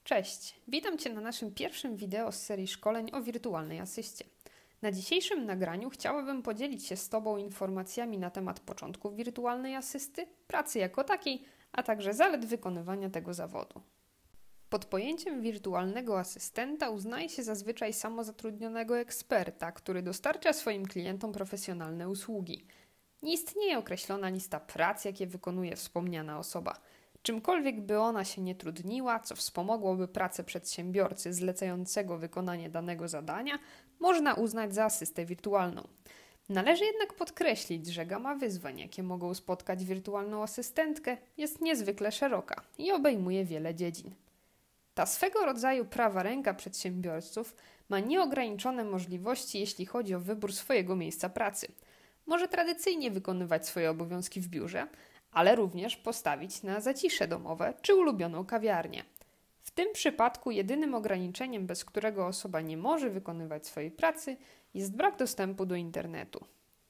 Cześć, witam Cię na naszym pierwszym wideo z serii szkoleń o wirtualnej asyście. Na dzisiejszym nagraniu chciałabym podzielić się z Tobą informacjami na temat początków wirtualnej asysty, pracy jako takiej, a także zalet wykonywania tego zawodu. Pod pojęciem wirtualnego asystenta uznaje się zazwyczaj samozatrudnionego eksperta, który dostarcza swoim klientom profesjonalne usługi. Nie istnieje określona lista prac, jakie wykonuje wspomniana osoba. Czymkolwiek by ona się nie trudniła, co wspomogłoby pracę przedsiębiorcy zlecającego wykonanie danego zadania, można uznać za asystę wirtualną. Należy jednak podkreślić, że gama wyzwań, jakie mogą spotkać wirtualną asystentkę, jest niezwykle szeroka i obejmuje wiele dziedzin. Ta swego rodzaju prawa ręka przedsiębiorców ma nieograniczone możliwości, jeśli chodzi o wybór swojego miejsca pracy. Może tradycyjnie wykonywać swoje obowiązki w biurze, ale również postawić na zacisze domowe czy ulubioną kawiarnię. W tym przypadku jedynym ograniczeniem, bez którego osoba nie może wykonywać swojej pracy, jest brak dostępu do internetu.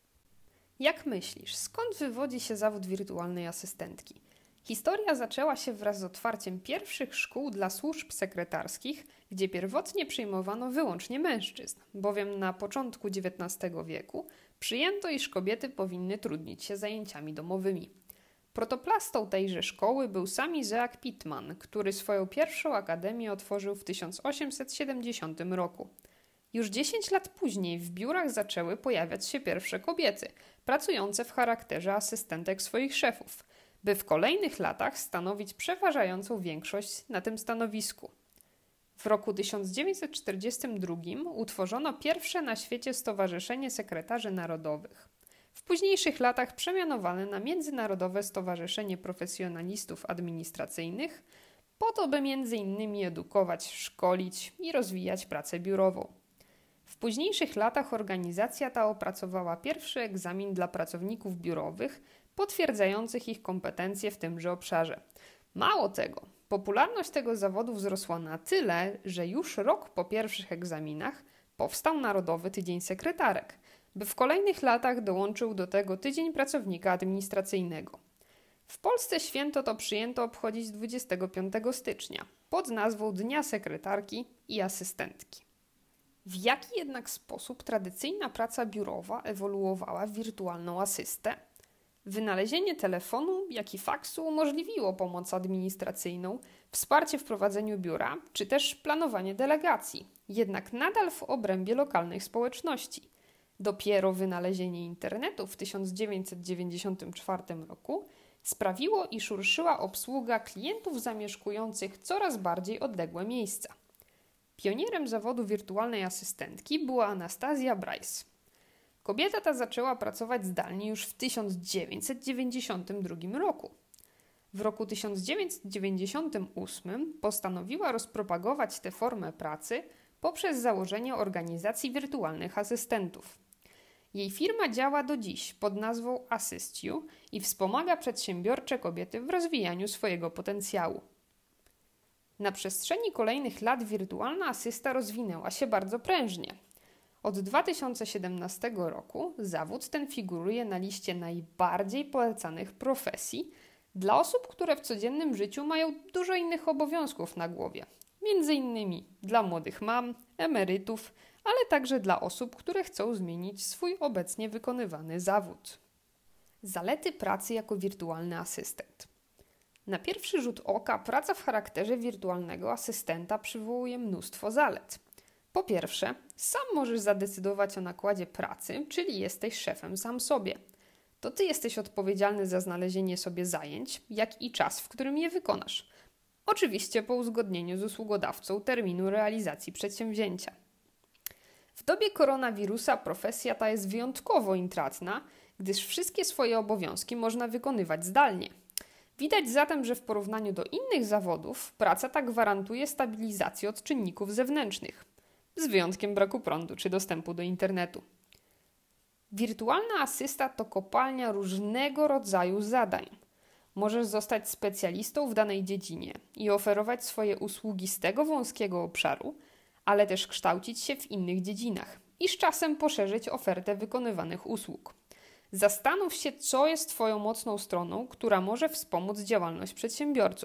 Jak myślisz, skąd wywodzi się zawód wirtualnej asystentki? Historia zaczęła się wraz z otwarciem pierwszych szkół dla służb sekretarskich, gdzie pierwotnie przyjmowano wyłącznie mężczyzn, bowiem na początku XIX wieku przyjęto, iż kobiety powinny trudnić się zajęciami domowymi. Protoplastą tejże szkoły był sam Isaac Pitman, który swoją pierwszą akademię otworzył w 1870 roku. Już 10 lat później w biurach zaczęły pojawiać się pierwsze kobiety, pracujące w charakterze asystentek swoich szefów, by w kolejnych latach stanowić przeważającą większość na tym stanowisku. W roku 1942 utworzono pierwsze na świecie Stowarzyszenie Sekretarzy Narodowych. W późniejszych latach przemianowane na Międzynarodowe Stowarzyszenie Profesjonalistów Administracyjnych, po to, by m.in. edukować, szkolić i rozwijać pracę biurową. W późniejszych latach organizacja ta opracowała pierwszy egzamin dla pracowników biurowych, potwierdzających ich kompetencje w tymże obszarze. Mało tego, popularność tego zawodu wzrosła na tyle, że już rok po pierwszych egzaminach powstał Narodowy Tydzień Sekretarek, by w kolejnych latach dołączył do tego Tydzień Pracownika Administracyjnego. W Polsce święto to przyjęto obchodzić 25 stycznia pod nazwą Dnia Sekretarki i Asystentki. W jaki jednak sposób tradycyjna praca biurowa ewoluowała w wirtualną asystę? Wynalezienie telefonu, jak i faksu umożliwiło pomoc administracyjną, wsparcie w prowadzeniu biura, czy też planowanie delegacji, jednak nadal w obrębie lokalnych społeczności. Dopiero wynalezienie internetu w 1994 roku sprawiło, iż ruszyła obsługa klientów zamieszkujących coraz bardziej odległe miejsca. Pionierem zawodu wirtualnej asystentki była Anastazja Bryce. Kobieta ta zaczęła pracować zdalnie już w 1992 roku. W roku 1998 postanowiła rozpropagować tę formę pracy poprzez założenie organizacji wirtualnych asystentów. Jej firma działa do dziś pod nazwą AssistU i wspomaga przedsiębiorcze kobiety w rozwijaniu swojego potencjału. Na przestrzeni kolejnych lat wirtualna asysta rozwinęła się bardzo prężnie. Od 2017 roku zawód ten figuruje na liście najbardziej polecanych profesji dla osób, które w codziennym życiu mają dużo innych obowiązków na głowie. Między innymi dla młodych mam, emerytów, ale także dla osób, które chcą zmienić swój obecnie wykonywany zawód. Zalety pracy jako wirtualny asystent. Na pierwszy rzut oka praca w charakterze wirtualnego asystenta przywołuje mnóstwo zalet. Po pierwsze, sam możesz zadecydować o nakładzie pracy, czyli jesteś szefem sam sobie. To ty jesteś odpowiedzialny za znalezienie sobie zajęć, jak i czas, w którym je wykonasz. Oczywiście po uzgodnieniu z usługodawcą terminu realizacji przedsięwzięcia. W dobie koronawirusa profesja ta jest wyjątkowo intratna, gdyż wszystkie swoje obowiązki można wykonywać zdalnie. Widać zatem, że w porównaniu do innych zawodów praca ta gwarantuje stabilizację od czynników zewnętrznych, z wyjątkiem braku prądu czy dostępu do internetu. Wirtualna asysta to kopalnia różnego rodzaju zadań. Możesz zostać specjalistą w danej dziedzinie i oferować swoje usługi z tego wąskiego obszaru, ale też kształcić się w innych dziedzinach i z czasem poszerzyć ofertę wykonywanych usług. Zastanów się, co jest Twoją mocną stroną, która może wspomóc działalność przedsiębiorców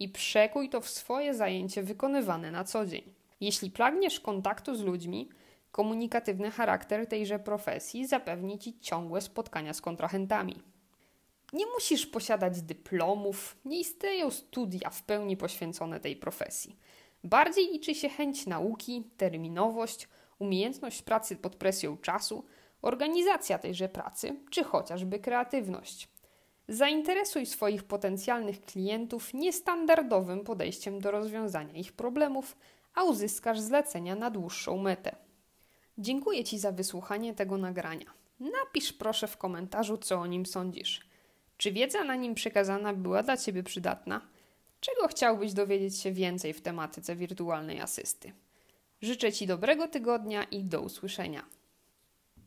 i przekuj to w swoje zajęcie wykonywane na co dzień. Jeśli pragniesz kontaktu z ludźmi, komunikatywny charakter tejże profesji zapewni Ci ciągłe spotkania z kontrahentami. Nie musisz posiadać dyplomów, nie istnieją studia w pełni poświęcone tej profesji. Bardziej liczy się chęć nauki, terminowość, umiejętność pracy pod presją czasu, organizacja tejże pracy, czy chociażby kreatywność. Zainteresuj swoich potencjalnych klientów niestandardowym podejściem do rozwiązania ich problemów, a uzyskasz zlecenia na dłuższą metę. Dziękuję Ci za wysłuchanie tego nagrania. Napisz proszę w komentarzu, co o nim sądzisz. Czy wiedza na nim przekazana była dla Ciebie przydatna? Czego chciałbyś dowiedzieć się więcej w tematyce wirtualnej asysty? Życzę Ci dobrego tygodnia i do usłyszenia.